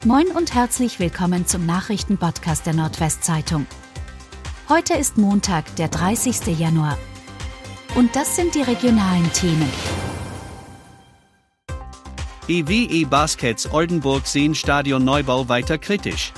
Moin und herzlich willkommen zum Nachrichtenpodcast der Nordwestzeitung. Heute ist Montag, der 30. Januar. Und das sind die regionalen Themen. EWE Baskets Oldenburg sehen Stadionneubau weiter kritisch.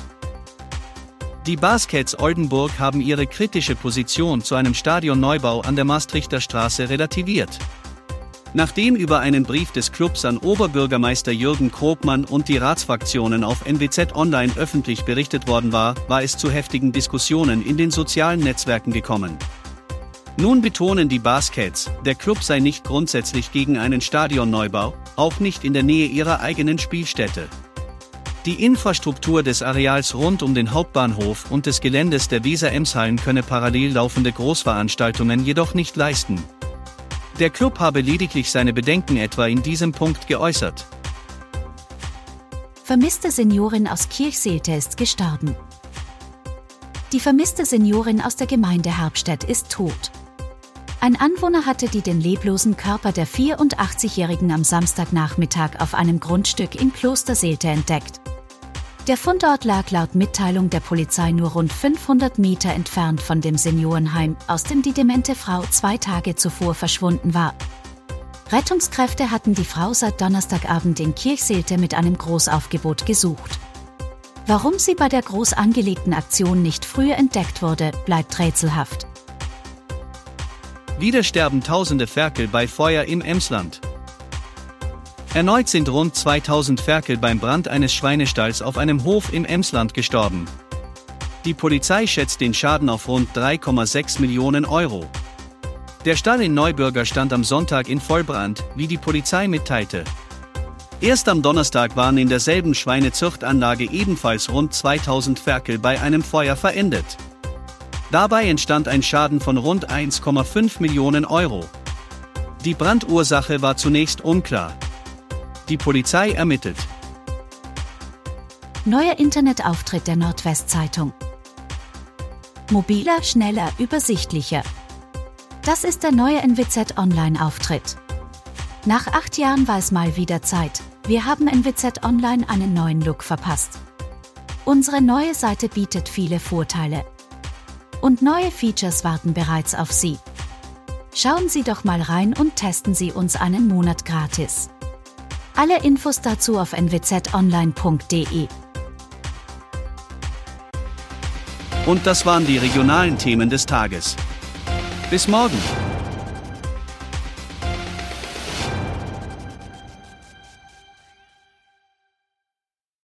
Die Baskets Oldenburg haben ihre kritische Position zu einem Stadionneubau an der Maastrichter Straße relativiert. Nachdem über einen Brief des Clubs an Oberbürgermeister Jürgen Krogmann und die Ratsfraktionen auf NWZ Online öffentlich berichtet worden war, war es zu heftigen Diskussionen in den sozialen Netzwerken gekommen. Nun betonen die Baskets, der Club sei nicht grundsätzlich gegen einen Stadionneubau, auch nicht in der Nähe ihrer eigenen Spielstätte. Die Infrastruktur des Areals rund um den Hauptbahnhof und des Geländes der Weser-Ems-Hallen könne parallel laufende Großveranstaltungen jedoch nicht leisten. Der Club habe lediglich seine Bedenken etwa in diesem Punkt geäußert. Vermisste Seniorin aus Kirchseelte ist gestorben. Die vermisste Seniorin aus der Gemeinde Herbstedt ist tot. Ein Anwohner hatte den leblosen Körper der 84-Jährigen am Samstagnachmittag auf einem Grundstück in Klosterseelte entdeckt. Der Fundort lag laut Mitteilung der Polizei nur rund 500 Meter entfernt von dem Seniorenheim, aus dem die demente Frau 2 Tage zuvor verschwunden war. Rettungskräfte hatten die Frau seit Donnerstagabend in Kirchseelte mit einem Großaufgebot gesucht. Warum sie bei der groß angelegten Aktion nicht früher entdeckt wurde, bleibt rätselhaft. Wieder sterben tausende Ferkel bei Feuer im Emsland. Erneut sind rund 2000 Ferkel beim Brand eines Schweinestalls auf einem Hof im Emsland gestorben. Die Polizei schätzt den Schaden auf rund 3,6 Millionen Euro. Der Stall in Neubürger stand am Sonntag in Vollbrand, wie die Polizei mitteilte. Erst am Donnerstag waren in derselben Schweinezuchtanlage ebenfalls rund 2000 Ferkel bei einem Feuer verendet. Dabei entstand ein Schaden von rund 1,5 Millionen Euro. Die Brandursache war zunächst unklar. Die Polizei ermittelt. Neuer Internetauftritt der Nordwestzeitung. Mobiler, schneller, übersichtlicher. Das ist der neue NWZ Online-Auftritt. Nach 8 Jahren war es mal wieder Zeit. Wir haben NWZ Online einen neuen Look verpasst. Unsere neue Seite bietet viele Vorteile. Und neue Features warten bereits auf Sie. Schauen Sie doch mal rein und testen Sie uns einen Monat gratis. Alle Infos dazu auf nwzonline.de. Und das waren die regionalen Themen des Tages. Bis morgen!